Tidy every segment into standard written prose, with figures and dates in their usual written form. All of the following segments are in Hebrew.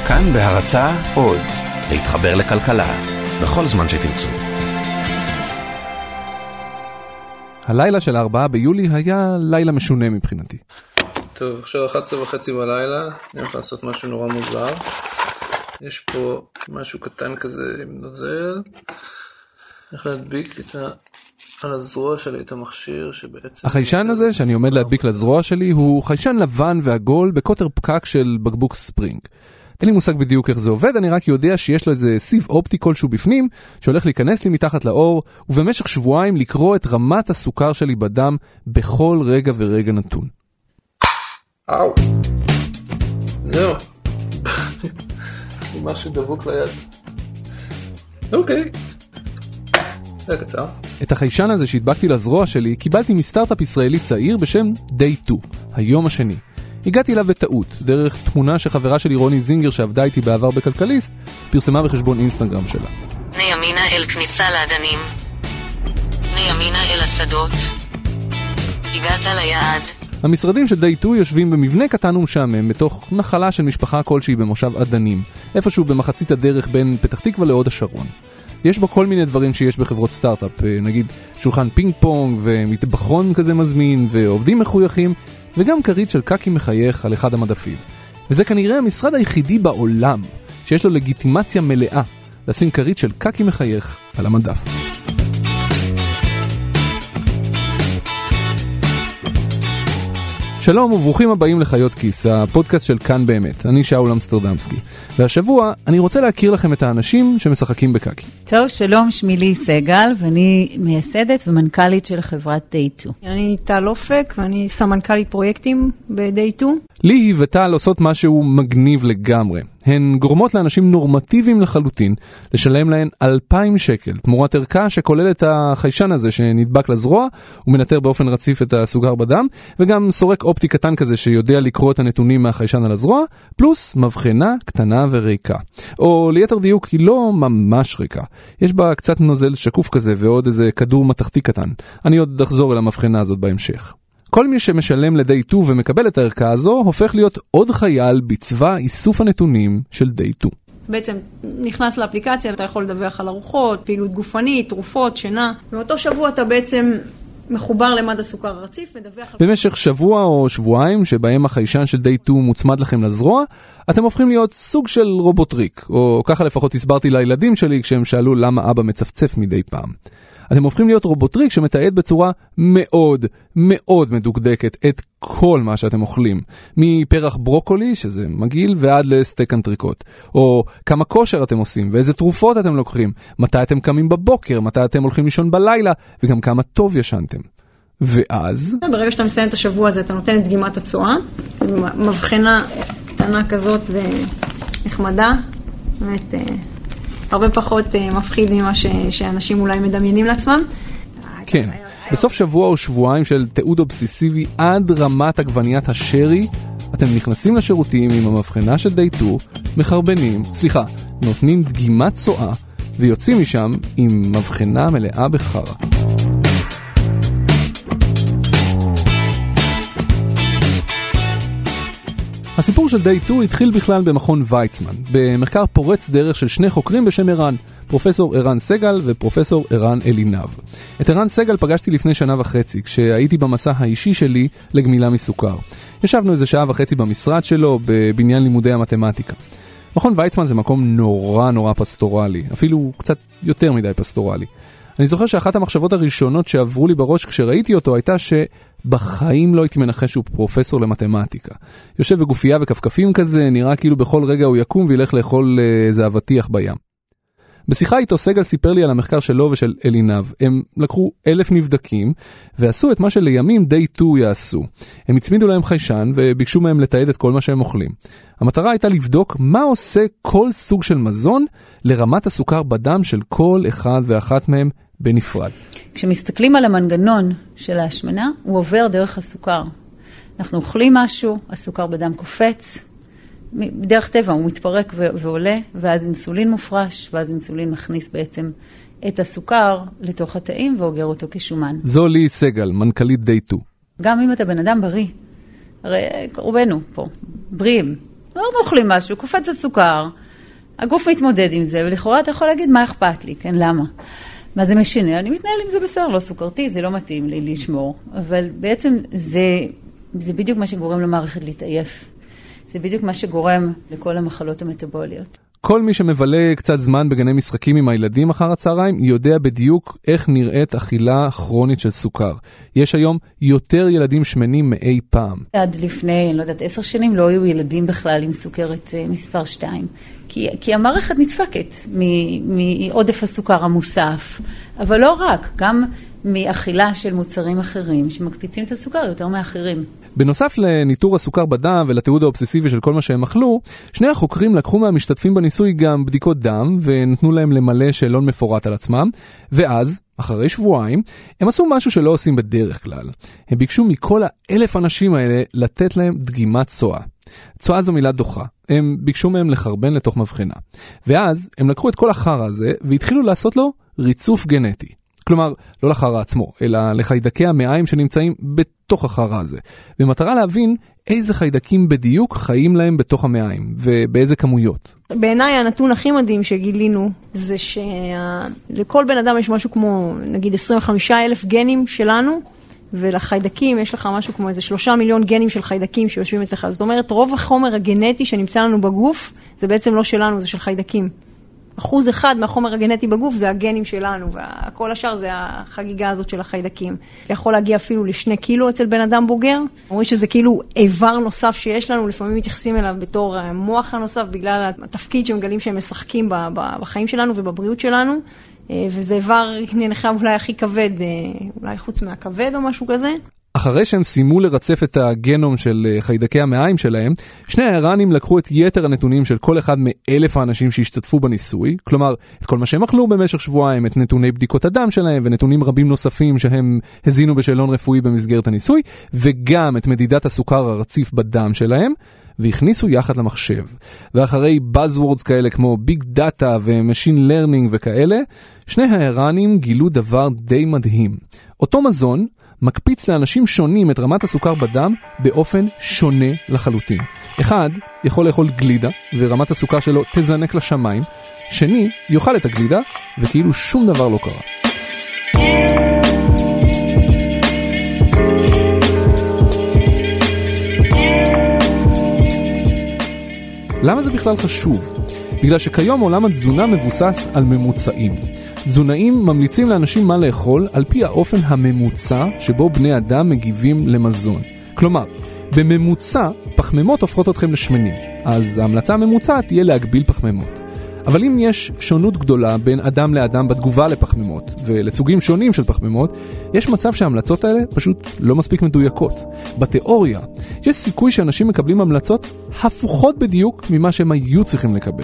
כאן בהרצאה עוד, להתחבר לכלכלה, בכל זמן שתרצו. הלילה של 4 ביולי היה לילה משונה מבחינתי. טוב, עכשיו 11:30 בלילה, אני הולך לעשות משהו נורא מוזר. יש פה משהו קטן כזה עם נוזל. אני הולך להדביק על הזרוע שלי את המכשיר שבעצם... החיישן הזה שאני עומד להדביק לזרוע שלי הוא חיישן לבן ועגול בקוטר פקק של בקבוק ספרינג. אין לי מושג בדיוק איך זה עובד, אני רק יודע שיש לו איזה סיב אופטי כלשהו בפנים, שהולך להיכנס לי מתחת לאור, ובמשך שבועיים לקרוא את רמת הסוכר שלי בדם בכל רגע ורגע נתון. אאו. זהו. משהו דבוק ליד. אוקיי. זה קצר. את החיישן הזה שהדבקתי לזרוע שלי, קיבלתי מסטארט-אפ ישראלי צעיר בשם Day 2, היום השני. הגעתי אליו בטעות, דרך תמונה שחברה שלי רוני זינגר שעבדה איתי בעבר בכלכליסט, פרסמה בחשבון אינסטגרם שלה. ימינה אל כניסה לעדנים. ימינה אל השדות. הגעת ליעד. המשרדים של Day 2 יושבים במבנה קטן ומשעמם בתוך נחלה של משפחה כלשהי במושב עדנים, איפשהו במחצית הדרך בין פתח תקווה להוד השרון. יש בו כל מיני דברים שיש בחברות סטארט-אפ, נגיד שולחן פינג פונג ומטבחון כזה מזמין ועובדים מחויכים, וגם כרית של קקי מחייך על אחד המדפים. וזה כנראה המשרד היחידי בעולם שיש לו לגיטימציה מלאה לשים כרית של קקי מחייך על המדף. שלום וברוכים הבאים לחיות כיס, הפודקאסט של כאן באמת. אני שאול אמסטרדמסקי. והשבוע אני רוצה להכיר לכם את האנשים שמשחקים בקקי. טוב, שלום, שמי לי סגל, ואני מייסדת ומנכ"לית של חברת Day 2. אני טל אופק, ואני סמנכ"לית פרויקטים ב-Day 2. לי וטל עושות משהו מגניב לגמרי. הן גורמות לאנשים נורמטיביים לחלוטין לשלם להן 2,000 שקל, תמורת ערכה שכולל את החיישן הזה שנדבק לזרוע, ומנטר באופן רציף את הסוגר בדם, וגם סורק אופטי קטן כזה שיודע לקרוא את הנתונים מהחיישן על הזרוע, פלוס מבחנה קטנה וריקה. או ליתר דיוק, היא לא ממש ריקה. יש בה קצת נוזל שקוף כזה ועוד איזה כדור מתכתי קטן. אני עוד אחזור אל המבחנה הזאת בהמשך. כל מי שמשלם ל-Day 2 ומקבל את הערכה הזו, הופך להיות עוד חייל בצבא איסוף הנתונים של Day 2. בעצם נכנס לאפליקציה, אתה יכול לדווח על ארוחות, פעילות גופנית, תרופות, שינה. באותו שבוע אתה בעצם מחובר למד הסוכר הרציף, מדווח על... במשך שבוע או שבועיים, שבהם החיישן של Day 2 מוצמד לכם לזרוע, אתם הופכים להיות סוג של רובוטריק, או ככה לפחות הסברתי לילדים שלי כשהם שאלו למה אבא מצפצף מדי פעם. אתם הופכים להיות רובוטריק שמתעד בצורה מאוד מאוד מדוקדקת את כל מה שאתם אוכלים. מפרח ברוקולי, שזה מגעיל, ועד לסטייק אנטריקוט. או כמה כושר אתם עושים, ואיזה תרופות אתם לוקחים, מתי אתם קמים בבוקר, מתי אתם הולכים לישון בלילה, וגם כמה טוב ישנתם. ואז... ברגע שאתה מסיים את השבוע הזה, אתה נותן את דגימת הצואה, מבחנה קטנה כזאת ונחמדה, באמת... הרבה פחות מפחיד ממה שאנשים אולי מדמיינים לעצמם. כן, בסוף שבוע או שבועיים של תיעוד אובססיבי עד רמת עגבניית השרי, אתם נכנסים לשירותים עם המבחנה של Day 2, נותנים דגימת צואה, ויוצאים משם עם מבחנה מלאה בחרה. הסיפור של Day 2 התחיל בכלל במכון ויצמן, במחקר פורץ דרך של שני חוקרים בשם ערן, פרופסור ערן סגל ופרופסור ערן אלינב. את ערן סגל פגשתי לפני 1.5 שנה, כשהייתי במסע האישי שלי לגמילה מסוכר. ישבנו איזה 1.5 שעה במשרד שלו, בבניין לימודי המתמטיקה. מכון ויצמן זה מקום נורא פסטורלי, אפילו קצת יותר מדי פסטורלי. אני זוכר שאחת המחשבות הראשונות שעברו לי בראש כשראיתי אותו הייתה שבחיים לא הייתי מנחש שהוא פרופסור למתמטיקה. יושב בגופייה וכפכפים כזה, נראה כאילו בכל רגע הוא יקום וילך לאכול איזה אבטיח בים. בשיחה איתו סגל סיפר לי על המחקר שלו ושל אלינב. הם לקחו 1,000 נבדקים ועשו את מה שלימים Day 2 יעשו. הם הצמידו להם חיישן וביקשו מהם לתעד את כל מה שהם אוכלים. המטרה הייתה לבדוק מה עושה כל סוג של מזון לרמת הסוכר בדם של כל אחד ואחת מהם בנפרד. כשמסתכלים על המנגנון של ההשמנה, הוא עובר דרך הסוכר. אנחנו אוכלים משהו, הסוכר בדם קופץ, בדרך טבע הוא מתפרק ועולה, ואז אינסולין מופרש, ואז אינסולין מכניס בעצם את הסוכר לתוך התאים ואוגר אותו כשומן. זו לי סגל, מנכ"לית Day 2. גם אם אתה בן אדם בריא, הרי רובנו פה, בריאים, אנחנו לא אוכלים משהו, קופץ הסוכר, הגוף מתמודד עם זה, ולכאורה אתה יכול להגיד מה אכפת לי, כן, למה? מה זה משנה? אני מתנהל עם זה בסדר, לא סוכרתי, זה לא מתאים לי לשמור. אבל בעצם זה בדיוק מה שגורם למערכת להתעייף. זה בדיוק מה שגורם לכל המחלות המטבוליות. כל מי שמבלה קצת זמן בגני משחקים עם הילדים אחר הצהריים, יודע בדיוק איך נראית אכילה כרונית של סוכר. יש היום יותר ילדים שמנים מאי פעם. עד לפני, אני לא יודעת, 10 שנים לא היו ילדים בכלל עם סוכרת מספר 2. כי המערכת נדפקת מעודף הסוכר המוסף. אבל לא רק, גם מאכילה של מוצרים אחרים שמקפיצים את הסוכר יותר מאחרים. בנוסף לניטור הסוכר בדם ולתיעוד האובססיבי של כל מה שהם אכלו, שני החוקרים לקחו מהמשתתפים בניסוי גם בדיקות דם ונתנו להם למלא שאלון מפורט על עצמם, ואז, אחרי שבועיים, הם עשו משהו שלא עושים בדרך כלל. הם ביקשו מכל 1,000 אנשים האלה לתת להם דגימת צואה. צואה זו מילה דוחה. הם ביקשו מהם לחרבן לתוך מבחנה. ואז הם לקחו את כל החרא הזה והתחילו לעשות לו ריצוף גנטי. כלומר, לא לחרא עצמו, אלא לחיידקי המעיים שנמצאים בתוך החרא הזה. במטרה להבין איזה חיידקים בדיוק חיים להם בתוך המעיים, ובאיזה כמויות. בעיניי הנתון הכי מדהים שגילינו, זה שלכל בן אדם יש משהו כמו, נגיד 25,000 גנים שלנו, ולחיידקים יש לך משהו כמו איזה 3 מיליון גנים של חיידקים שיושבים אצלך. זאת אומרת, רוב החומר הגנטי שנמצא לנו בגוף, זה בעצם לא שלנו, זה של חיידקים. 1% מהחומר הגנטי בגוף זה הגנים שלנו, וכל השאר זה החגיגה הזאת של החיידקים. זה יכול להגיע אפילו ל2 קילו אצל בן אדם בוגר. אומרים שזה כאילו איבר נוסף שיש לנו, לפעמים מתייחסים אליו בתור המוח הנוסף, בגלל התפקיד שמגלים שהם משחקים בחיים שלנו ובבריאות שלנו. וזה איבר נחשב אולי הכי כבד, אולי חוץ מהכבד או משהו כזה. אחרי שהם סיימו לרצף את הגנום של חיידקי המעיים שלהם, שני האיראנים לקחו את יתר הנתונים של כל אחד מ1,000 האנשים שהשתתפו בניסוי, כלומר, את כל מה שהם אכלו במשך שבועיים, את נתוני בדיקות הדם שלהם ונתונים רבים נוספים שהם הזינו בשאלון רפואי במסגרת הניסוי, וגם את מדידת הסוכר הרציף בדם שלהם, והכניסו יחד למחשב. ואחרי buzzwords כאלה כמו ביג דאטה ומשין לרנינג וכאלה, שני האיראנים גילו דבר די מדהים. אותו מזון מקפיץ לאנשים שונים את רמת הסוכר בדם באופן שונה לחלוטין. אחד יכול לאכול גלידה ורמת הסוכר שלו תזנק לשמיים, שני יאכל את הגלידה וכאילו שום דבר לא קרה. למה זה בכלל חשוב? בגלל שכיום עולם התזונה מבוסס על ממוצעים. תזונאים ממליצים לאנשים מה לאכול על פי האופן הממוצע שבו בני אדם מגיבים למזון. כלומר, בממוצע פחמימות הופכות אתכם לשמנים, אז ההמלצה הממוצעת תהיה להגביל פחמימות. אבל אם יש שונות גדולה בין אדם לאדם בתגובה לפחמימות ולסוגים שונים של פחמימות, יש מצב שההמלצות האלה פשוט לא מספיק מדויקות. בתיאוריה, יש סיכוי שאנשים מקבלים המלצות הפוכות בדיוק ממה שהם היו צריכים לקבל.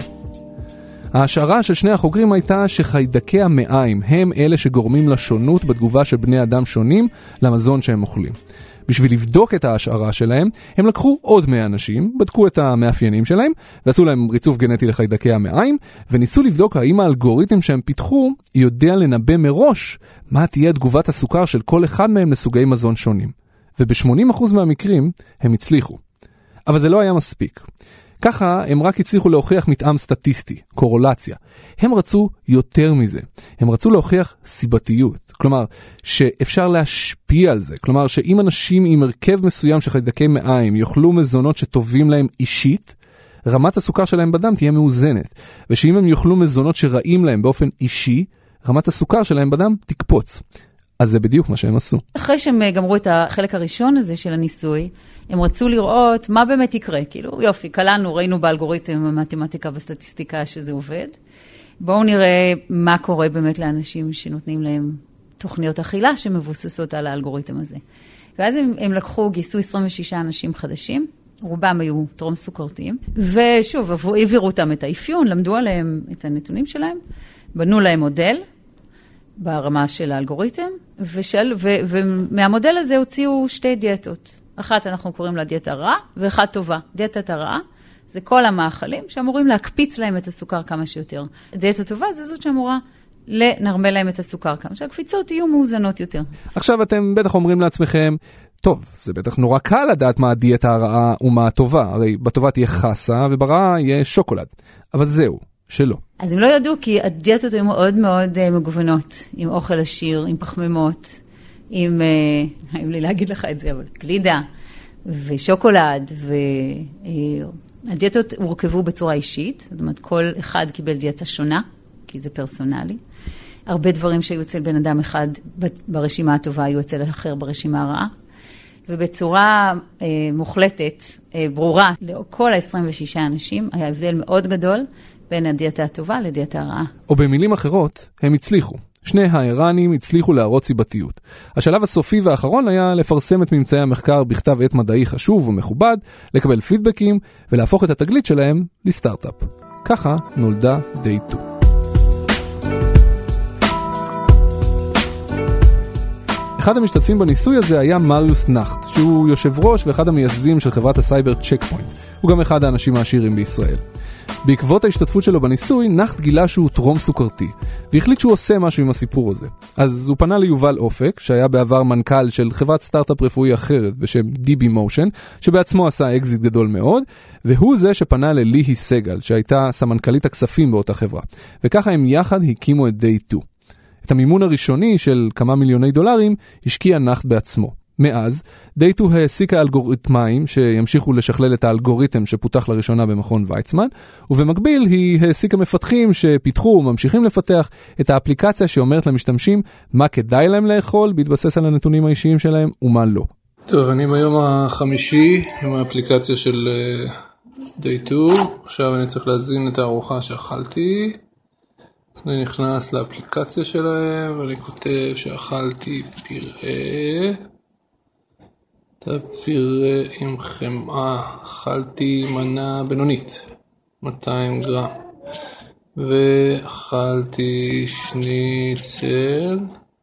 ההשערה של שני החוקרים הייתה שחיידקי המעיים הם אלה שגורמים לשונות בתגובה של בני אדם שונים למזון שהם אוכלים. בשביל לבדוק את ההשערה שלהם, הם לקחו עוד 100 אנשים, בדקו את המאפיינים שלהם, ועשו להם ריצוף גנטי לחיידקי המעיים, וניסו לבדוק האם האלגוריתם שהם פיתחו יודע לנבא מראש מה תהיה תגובת הסוכר של כל אחד מהם לסוגי מזון שונים. וב-80% מהמקרים הם הצליחו. אבל זה לא היה מספיק. ככה הם רק הצליחו להוכיח מתאם סטטיסטי, קורולציה. הם רצו יותר מזה. הם רצו להוכיח סיבתיות. כלומר, שאפשר להשפיע על זה. כלומר, שאם אנשים עם הרכב מסוים של חיידקי מעיים יאכלו מזונות שטובים להם אישית, רמת הסוכר שלהם בדם תהיה מאוזנת. ושאם הם יאכלו מזונות שרעים להם באופן אישי, רמת הסוכר שלהם בדם תקפוץ. אז זה בדיוק מה שהם עשו. אחרי שהם גמרו את החלק הראשון הזה של הניסוי, הם רצו לראות מה באמת יקרה. כאילו, יופי, קלענו, ראינו באלגוריתם המתמטיקה והסטטיסטיקה שזה עובד. בואו נראה מה קורה באמת לאנשים שנותנים להם תוכניות אכילה שמבוססות על האלגוריתם הזה. ואז הם לקחו, גייסו 26 אנשים חדשים, רובם היו טרום סוכרתיים, ושוב, העבירו אותם את האפיון, למדו עליהם את הנתונים שלהם, בנו להם מודל, ברמה של האלגוריתם, ומהמודל הזה הוציאו 2 דיאטות. אחת אנחנו קוראים לה דיאטה רעה, ואחת טובה. דיאטת הרעה זה כל המאכלים שאמורים להקפיץ להם את הסוכר כמה שיותר. דיאטה טובה זה זאת שאמורה לנרמל להם את הסוכר כמה, שהקפיצות יהיו מאוזנות יותר. עכשיו אתם בטח אומרים לעצמכם, טוב, זה בטח נורא קל לדעת מה הדיאטה הרעה ומה הטובה, הרי בטובה תהיה חסה וברעה יהיה שוקולד, אבל זהו, שלא. אז הם לא ידעו כי הדיאטות היו מאוד מאוד מגוונות, עם אוכל עשיר, עם פחמימות, עם, האם לי להגיד לך את זה, אבל גלידה ושוקולד, והדיאטות הורכבו בצורה אישית, זאת אומרת כל אחד קיבל דיאטה שונה, כי זה פרסונלי. הרבה דברים שהיו אצל בן אדם אחד ברשימה הטובה היו אצל אחר ברשימה הרעה, ובצורה מוחלטת, ברורה, לכל ה-26 אנשים היה הבדל מאוד גדול בין הדיאטה הטובה לדיאטה הרעה. או במילים אחרות, הם הצליחו. שני האיראנים הצליחו להראות סיבתיות. השלב הסופי והאחרון היה לפרסם את ממצאי המחקר בכתב עת מדעי חשוב ומכובד, לקבל פידבקים ולהפוך את התגלית שלהם לסטארט-אפ. ככה נולדה Day 2. אחד המשתתפים בניסוי הזה היה מריוס נחט, שהוא יושב ראש ואחד המייסדים של חברת הסייבר צ'ק פוינט. הוא גם אחד האנשים העשירים בישראל. בעקבות ההשתתפות שלו בניסוי, נחט גילה שהוא טרום סוכרתי, והחליט שהוא עושה משהו עם הסיפור הזה. אז הוא פנה ליובל אופק, שהיה בעבר מנכ"ל של חברת סטארט-אפ רפואי אחרת בשם DB Motion, שבעצמו עשה אקזיט גדול מאוד, והוא זה שפנה לליהי סגל, שהייתה סמנכ"לית הכספים באותה חברה. וככה הם יחד הקימו את Day 2. את המימון הראשוני של כמה מיליוני דולרים השקיע נחט בעצמו. מאז, Day 2 העסיקה אלגוריתמאים שימשיכו לשכלל את האלגוריתם שפותח לראשונה במכון ויצמן, ובמקביל היא העסיקה מפתחים שפיתחו וממשיכים לפתח את האפליקציה שאומרת למשתמשים מה כדאי להם לאכול בהתבסס על הנתונים האישיים שלהם ומה לא. טוב, אני ביום החמישי עם האפליקציה של Day 2, עכשיו אני צריך להזין את הארוחה שאכלתי. אני נכנס לאפליקציה שלהם, ואני כותב שאכלתי פירה, פירה עם חמאה, אכלתי מנה בינונית, 200 גרם, ואכלתי שניצל.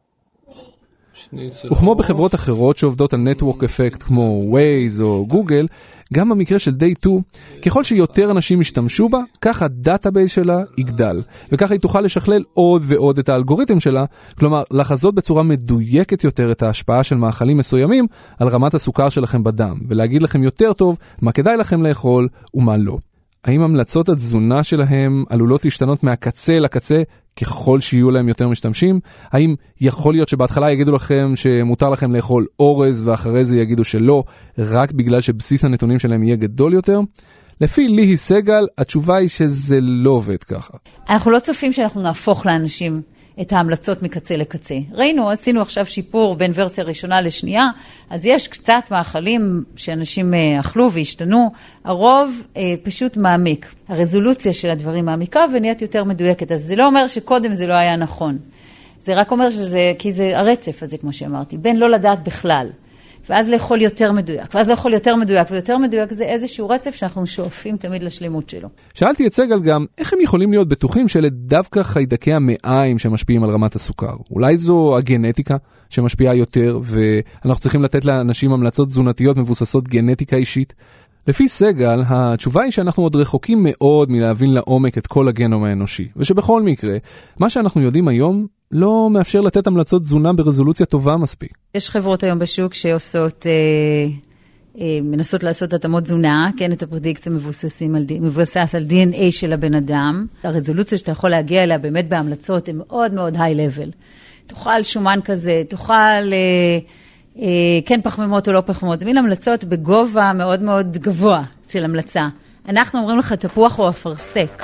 וכמו בחברות אחרות שעובדות על נטוורק אפקט כמו Waze או Google, גם במקרה של Day 2, ככל שיותר אנשים ישתמשו בה, כך הדאטאבייס שלה יגדל, וככה היא תוכל לשכלל עוד ועוד את האלגוריתם שלה, כלומר לחזות בצורה מדויקת יותר את ההשפעה של מאכלים מסוימים על רמת הסוכר שלכם בדם, ולהגיד לכם יותר טוב מה כדאי לכם לאכול ומה לא. האם המלצות התזונה שלהם עלולות להשתנות מהקצה לקצה ככל שיהיו להם יותר משתמשים? האם יכול להיות שבהתחלה יגידו לכם שמותר לכם לאכול אורז ואחרי זה יגידו שלא, רק בגלל שבסיס הנתונים שלהם יהיה גדול יותר? לפי ליהי סגל, התשובה היא שזה לא עובד ככה. אנחנו לא צופים שאנחנו נהפוך לאנשים את ההמלצות מקצה לקצה. ראינו, עשינו עכשיו שיפור בין ורסיה ראשונה לשנייה, אז יש קצת מאכלים שאנשים אכלו והשתנו, הרוב פשוט מעמיק. הרזולוציה של הדברים מעמיקה ונהיית יותר מדויקת, אז זה לא אומר שקודם זה לא היה נכון. זה רק אומר שזה, כי זה הרצף הזה, כמו שאמרתי, בין לא לדעת בכלל, ואז לאכול יותר מדויק, ואז לאכול יותר מדויק, ויותר מדויק זה איזשהו רצף שאנחנו שואפים תמיד לשלימות שלו. שאלתי את סגל גם, איך הם יכולים להיות בטוחים שאלה דווקא חיידקי המעיים שמשפיעים על רמת הסוכר? אולי זו הגנטיקה שמשפיעה יותר, ואנחנו צריכים לתת לאנשים המלצות תזונתיות מבוססות גנטיקה אישית? לפי סגל, התשובה היא שאנחנו עוד רחוקים מאוד מלהבין לעומק את כל הגנום האנושי, ושבכל מקרה, מה שאנחנו יודעים היום לא מאפשר לתת המלצות תזונה ברזולוציה טובה מספיק. יש חברות היום בשוק שעושות, מנסות לעשות התאמות תזונה, כן, את הפרדיקציה מבוסס על DNA של הבן אדם. הרזולוציה שאתה יכול להגיע אליה באמת בהמלצות הן מאוד מאוד high level. תאכל שומן כזה, תאכל כן פחמימות או לא פחמימות. זה מין המלצות בגובה מאוד מאוד גבוה של המלצה. אנחנו אומרים לך תפוח או אפרסק.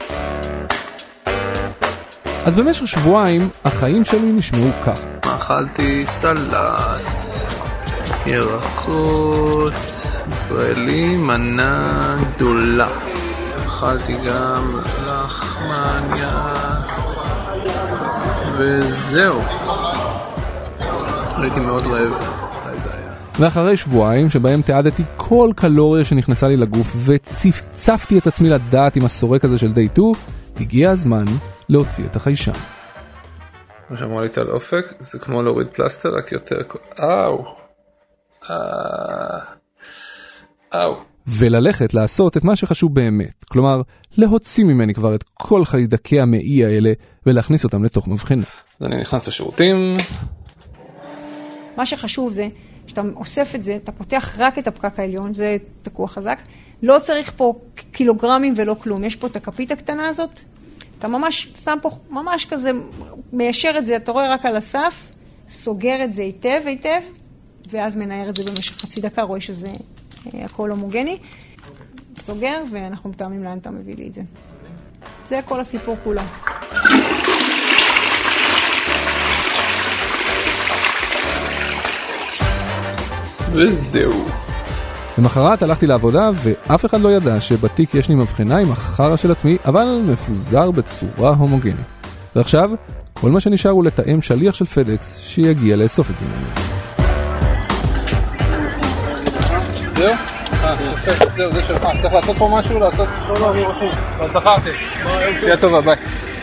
אז במשך שבועיים החיים שלי נשמעו כך. אכלתי סלט, ירקות, ישראלי, מנה גדולה. אכלתי גם לחמניה, וזהו. הייתי מאוד רעב, אולי זה היה. ואחרי שבועיים שבהם תיעדתי כל קלוריה שנכנסה לי לגוף וצפצפתי את עצמי לדעת עם הסורק הזה של Day 2, הגיע הזמן להוציא את החיישן. כמו שאמרה לי טל אופק, זה כמו להוריד פלסטר, רק יותר... אאו. וללכת לעשות את מה שחשוב באמת. כלומר, להוציא ממני כבר את כל חיידקי המעי האלה ולהכניס אותם לתוך מבחנה. אז אני נכנס לשירותים. מה שחשוב זה כשאתה אוסף את זה, אתה פותח רק את הפקק העליון, זה תקוע חזק. לא צריך פה קילוגרמים ולא כלום. יש פה את הכפית הקטנה הזאת, אתה ממש שם פה, ממש כזה, מיישר את זה, אתה רואה רק על הסף, סוגר את זה היטב היטב, ואז מנער את זה במשך חצי דקה, רואה שזה הכל הומוגני. סוגר, ואנחנו מתאמים לאן אתה מביא לי את זה. זה כל הסיפור כולו. וזהו. למחרת הלכתי לעבודה ואף אחד לא ידע שבתיק יש לי מבחנה עם החרא של עצמי, אבל מפוזר בצורה הומוגנית. ועכשיו, כל מה שנשאר הוא לתאם שליח של פדקס שיגיע לאסוף את זה ממנו. זהו? זהו, זה שלך. צריך לעשות פה משהו? לעשות... לא, אני רשום. לא זכרתי. שיהיה טובה, ביי.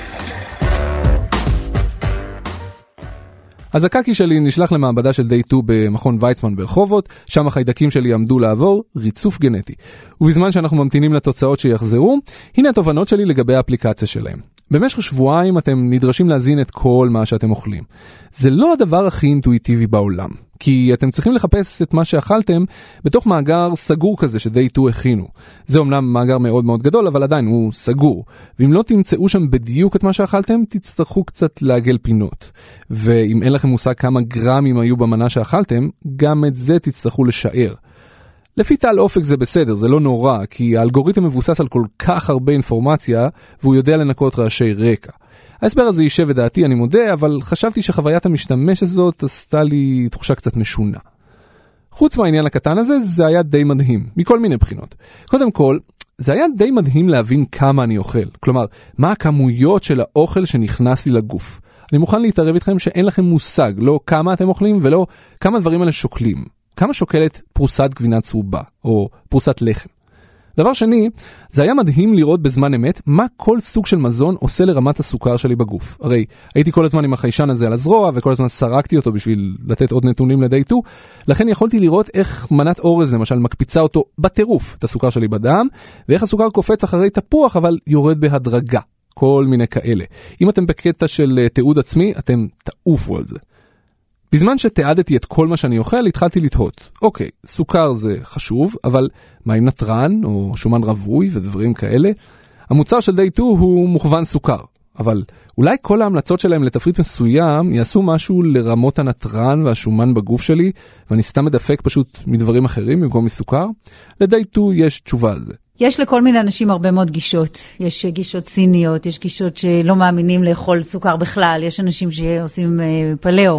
אז הקקי שלי נשלח למעבדה של Day 2 במכון ויצמן ברחובות, שם החיידקים שלי עמדו לעבור ריצוף גנטי. ובזמן שאנחנו ממתינים לתוצאות שיחזרו, הנה התובנות שלי לגבי האפליקציה שלהם. במשך שבועיים אתם נדרשים להזין את כל מה שאתם אוכלים. זה לא הדבר הכי אינטואיטיבי בעולם, כי אתם צריכים לחפש את מה שאכלתם בתוך מאגר סגור כזה ש-Day 2 הכינו. זה אומנם מאגר מאוד מאוד גדול, אבל עדיין הוא סגור. ואם לא תמצאו שם בדיוק את מה שאכלתם, תצטרכו קצת לעגל פינות. ואם אין לכם מושג כמה גרמים היו במנה שאכלתם, גם את זה תצטרכו לשער. לפי טל אופק זה בסדר, זה לא נורא, כי האלגוריתם מבוסס על כל כך הרבה אינפורמציה, והוא יודע לנקות רעשי רקע. ההסבר הזה יישב את דעתי, אני מודה, אבל חשבתי שחוויית המשתמש הזאת עשתה לי תחושה קצת משונה. חוץ מהעניין הקטן הזה, זה היה די מדהים, מכל מיני בחינות. קודם כל, זה היה די מדהים להבין כמה אני אוכל. כלומר, מה הכמויות של האוכל שנכנס לי לגוף. אני מוכן להתערב איתכם שאין לכם מושג, לא כמה אתם אוכלים ולא כמה דברים האלה שוקלים. כמה שוקלת פרוסת גבינה צהובה, או פרוסת לחם. דבר שני, זה היה מדהים לראות בזמן אמת מה כל סוג של מזון עושה לרמת הסוכר שלי בגוף. הרי הייתי כל הזמן עם החיישן הזה על הזרוע, וכל הזמן סרקתי אותו בשביל לתת עוד נתונים ל-Day 2, לכן יכולתי לראות איך מנת אורז למשל מקפיצה אותו בטירוף, את הסוכר שלי בדם, ואיך הסוכר קופץ אחרי תפוח, אבל יורד בהדרגה. כל מיני כאלה. אם אתם בקטע של תיעוד עצמי, אתם תעופו על זה. בזמן שתיעדתי את כל מה שאני אוכל, התחלתי לתהות. אוקיי, סוכר זה חשוב, אבל מה עם נטרן או שומן רווי ודברים כאלה? המוצר של Day 2 הוא מוכוון סוכר, אבל אולי כל ההמלצות שלהם לתפריט מסוים יעשו משהו לרמות הנטרן והשומן בגוף שלי, ואני סתם מדפק פשוט מדברים אחרים במקום מסוכר? ל-Day 2 יש תשובה על זה. יש לכל מיני אנשים הרבה מאוד גישות. יש גישות סיניות, יש גישות שלא מאמינים לאכול סוכר בכלל, יש אנשים שעושים פלאו.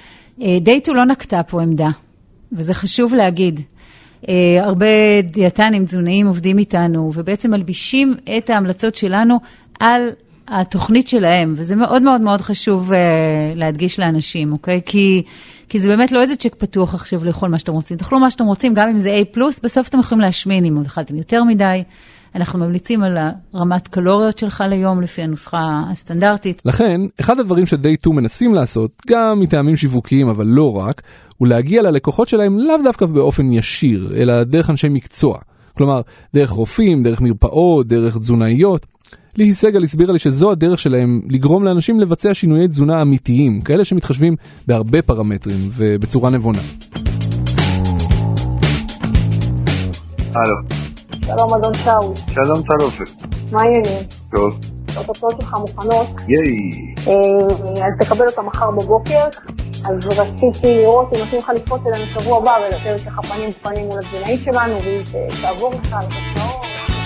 Day 2 לא נקטה פה עמדה, וזה חשוב להגיד. הרבה דיאטנים, תזונאים עובדים איתנו, ובעצם מלבישים את ההמלצות שלנו על התוכנית שלהם, וזה מאוד מאוד מאוד חשוב להדגיש לאנשים, אוקיי? כי זה באמת לא איזה צ'ק פתוח עכשיו לאכול מה שאתם רוצים. תאכלו מה שאתם רוצים, גם אם זה A+, בסוף אתם יכולים להשמין אם אכלתם יותר מדי. אנחנו ממליצים על הרמת קלוריות שלך ליום לפי הנוסחה הסטנדרטית. לכן, אחד הדברים ש-Day 2 מנסים לעשות, גם מטעמים שיווקיים אבל לא רק, הוא להגיע ללקוחות שלהם לאו דווקא באופן ישיר, אלא דרך אנשי מקצוע. כלומר, דרך רופאים, דרך מרפאות, דרך תזונאיות. ליהי סגל הסבירה לי שזו הדרך שלהם לגרום לאנשים לבצע שינויי תזונה אמיתיים, כאלה שמתחשבים בהרבה פרמטרים ובצורה נבונה. הלו. שלום אדון שאול. שלום טלופת. מה העניינים? טוב. התוצאות שלך מוכנות. ייי. אז תקבל אותה מחר בבוקר. אז רציתי לראות אם נותנים לך לקפוץ אלינו שבוע הבא ולתת לך פנים בפנים מול התזונאית שלנו והיא תעבור לך על התוצאות.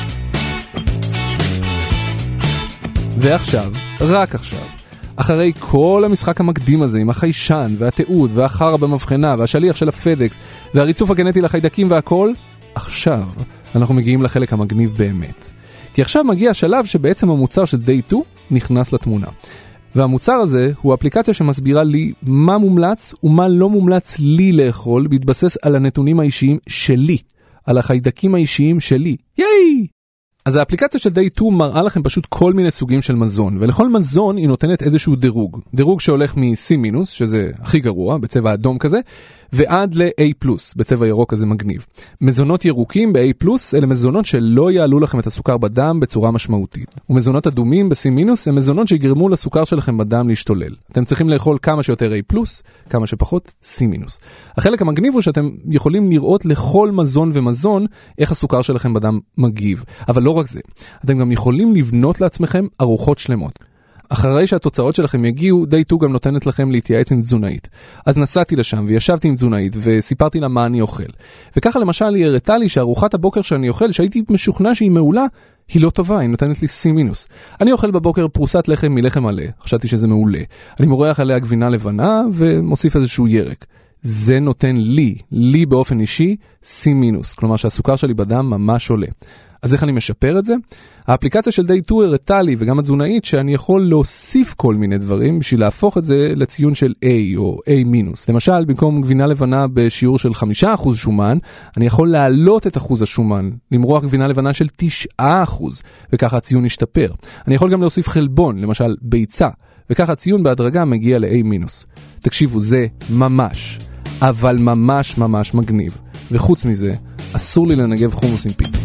ועכשיו, רק עכשיו, אחרי כל המשחק המקדים הזה עם החיישן והתיעוד והחרא במבחנה והשליח של הפדקס והריצוף הגנטי לחיידקים והכל, עכשיו אנחנו מגיעים לחלק המגניב באמת. כי עכשיו מגיע השלב שבעצם המוצר של Day 2 נכנס לתמונה. והמוצר הזה הוא אפליקציה שמסבירה לי מה מומלץ ומה לא מומלץ לי לאכול, בהתבסס על הנתונים האישיים שלי, על החיידקים האישיים שלי. ייי! אז האפליקציה של Day 2 מראה לכם פשוט כל מיני סוגים של מזון, ולכל מזון היא נותנת איזשהו דירוג. דירוג שהולך מ-C-, שזה הכי גרוע, בצבע אדום כזה, ועד ל-A+, בצבע ירוק הזה מגניב. מזונות ירוקים ב-A+, אלה מזונות שלא יעלו לכם את הסוכר בדם בצורה משמעותית. ומזונות אדומים ב-C- הם מזונות שיגרמו לסוכר שלכם בדם להשתולל. אתם צריכים לאכול כמה שיותר A+, כמה שפחות C-. החלק המגניב הוא שאתם יכולים לראות לכל מזון ומזון איך הסוכר שלכם בדם מגיב. אבל לא רק זה, אתם גם יכולים לבנות לעצמכם ארוחות שלמות. אחרי שהתוצאות שלכם יגיעו, Day2 גם נותנת לכם להתייעץ עם תזונאית. אז נסעתי לשם וישבתי עם תזונאית וסיפרתי לה מה אני אוכל. וככה למשל היא הראתה לי שארוחת הבוקר שאני אוכל, שהייתי משוכנע שהיא מעולה, היא לא טובה, היא נותנת לי C-. אני אוכל בבוקר פרוסת לחם מלחם מלא, חשבתי שזה מעולה. אני מורח עליה גבינה לבנה ומוסיף איזשהו ירק. זה נותן לי באופן אישי C-, כלומר שהסוכר שלי בדם ממש עולה. אז איך אני משפר את זה? האפליקציה של Day2 הראתה לי וגם התזונאית שאני יכול להוסיף כל מיני דברים בשביל להפוך את זה לציון של A או A-. למשל, במקום גבינה לבנה בשיעור של 5% שומן, אני יכול להעלות את אחוז השומן, למרוח גבינה לבנה של 9%, וככה הציון ישתפר. אני יכול גם להוסיף חלבון, למשל ביצה, וככה הציון בהדרגה מגיע ל-A-. תקשיבו, זה ממש, אבל ממש ממש מגניב. וחוץ מזה, אסור לי לנגב חומוס עם פיתה.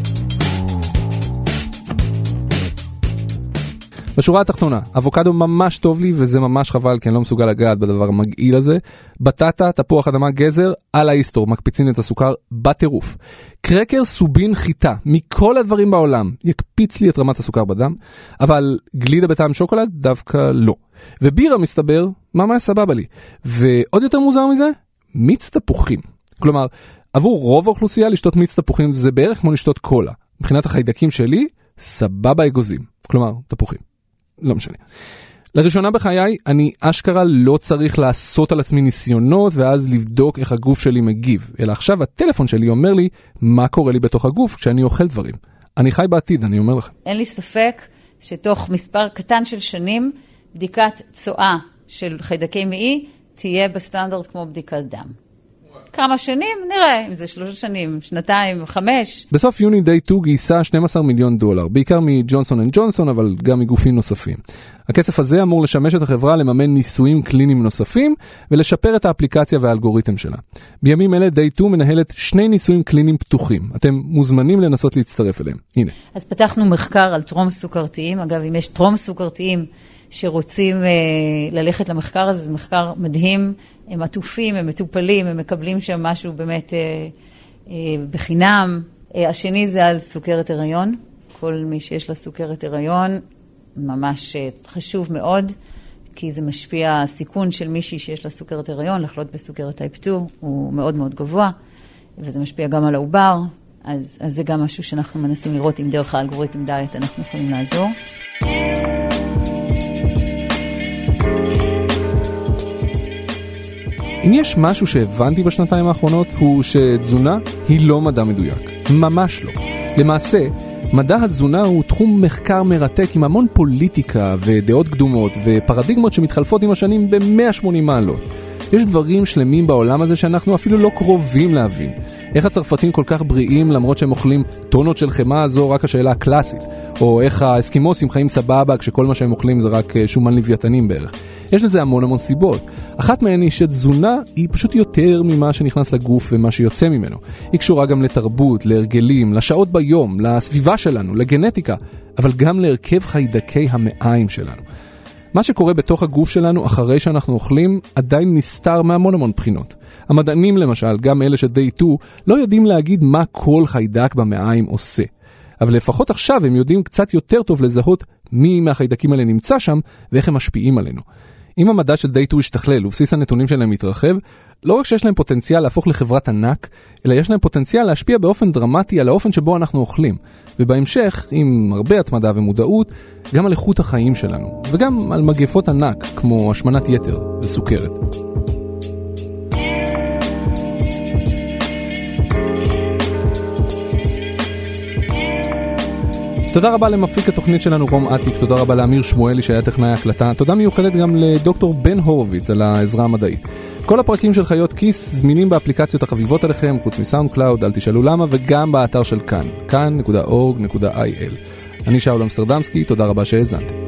בשורה התחתונה, אבוקדו ממש טוב לי וזה ממש חבל כי אני לא מסוגל לגעת בדבר המגעיל הזה. בטטה, תפוח אדמה, גזר, על האיסטור, מקפיצים את הסוכר בטירוף. קרקר, סובין, חיטה, מכל הדברים בעולם, יקפיץ לי את רמת הסוכר בדם, אבל גלידה בטעם שוקולד דווקא לא. ובירה מסתבר, ממש סבבה לי. ועוד יותר מוזר מזה, מיץ תפוחים. כלומר, עבור רוב האוכלוסייה לשתות מיץ תפוחים זה בערך כמו לשתות קולה. מבחינת החיידקים שלי, סבבה אגוזים. כלומר, תפוחים. לא משנה. לראשונה בחיי, אני אשכרה לא צריך לעשות על עצמי ניסיונות ואז לבדוק איך הגוף שלי מגיב. אלא עכשיו הטלפון שלי אומר לי מה קורה לי בתוך הגוף כשאני אוכל דברים. אני חי בעתיד, אני אומר לכם. אין לי ספק שתוך מספר קטן של שנים, בדיקת צואה של חיידקי מעי תהיה בסטנדרט כמו בדיקת דם. כמה שנים? נראה, אם זה 3 שנים, 2, 5. בסוף יוני Day2 גייסה $12 מיליון, בעיקר מג'ונסון אנד ג'ונסון, אבל גם מגופים נוספים. הכסף הזה אמור לשמש את החברה לממן ניסויים קליניים נוספים, ולשפר את האפליקציה והאלגוריתם שלה. בימים אלה Day2 מנהלת 2 ניסויים קליניים פתוחים. אתם מוזמנים לנסות להצטרף אליהם. הנה. אז פתחנו מחקר על טרום סוכרתיים. אגב, אם יש טרום סוכרתיים שרוצים ללכת למחקר הזה, זה מחקר מדהים. הם עטופים, הם מטופלים, הם מקבלים שם משהו באמת בחינם. השני זה על סוכרת הריון. כל מי שיש לה סוכרת הריון, ממש חשוב מאוד, כי זה משפיע, הסיכון של מישהי שיש לה סוכרת הריון, לחלות בסוכרת טייפ 2, הוא מאוד מאוד גבוה, וזה משפיע גם על העובר, אז זה גם משהו שאנחנו מנסים לראות אם דרך האלגוריתם דיאט אנחנו יכולים לעזור. אם יש משהו שהבנתי בשנתיים האחרונות, הוא שתזונה היא לא מדע מדויק. ממש לא. למעשה, מדע התזונה הוא תחום מחקר מרתק עם המון פוליטיקה ודעות קדומות ופרדיגמות שמתחלפות עם השנים ב-180 מעלות. יש דברים שלמים בעולם הזה שאנחנו אפילו לא קרובים להבין. איך הצרפתים כל כך בריאים למרות שהם אוכלים טונות של חמה, זו רק השאלה הקלאסית. או איך האסקימוסים חיים סבבה כשכל מה שהם אוכלים זה רק שומן לוויתנים בערך. יש לזה המון סיבות. אחת מהן היא שתזונה היא פשוט יותר ממה שנכנס לגוף ומה שיוצא ממנו. היא קשורה גם לתרבות, להרגלים, לשעות ביום, לסביבה שלנו, לגנטיקה, אבל גם להרכב חיידקי המעיים שלנו. מה שקורה בתוך הגוף שלנו אחרי שאנחנו אוכלים עדיין נסתר מהמון בחינות. המדענים למשל, גם אלה ש-Day2, לא יודעים להגיד מה כל חיידק במעיים עושה. אבל לפחות עכשיו הם יודעים קצת יותר טוב לזהות מי מהחיידקים האלה נמצא שם ואיך הם משפיעים עלינו. אם המדע של Day2 ישתכלל ובסיס הנתונים שלהם יתרחב, לא רק שיש להם פוטנציאל להפוך לחברת ענק, אלא יש להם פוטנציאל להשפיע באופן דרמטי על האופן שבו אנחנו אוכלים. ובהמשך, עם הרבה התמדה ומודעות, גם על איכות החיים שלנו, וגם על מגפות ענק, כמו השמנת יתר וסוכרת. תודה רבה למפיק התוכנית שלנו רום עתיק, תודה רבה לאמיר שמואלי שהיה טכנאי הקלטה, תודה מיוחדת גם לדוקטור בן הורוביץ על העזרה המדעית. כל הפרקים של חיות כיס זמינים באפליקציות החביבות עליכם, חוץ מסאונד קלאוד, אל תשאלו למה, וגם באתר של כאן, כאן.org.il. אני שאול אמסטרדמסקי, תודה רבה שהאזנתם.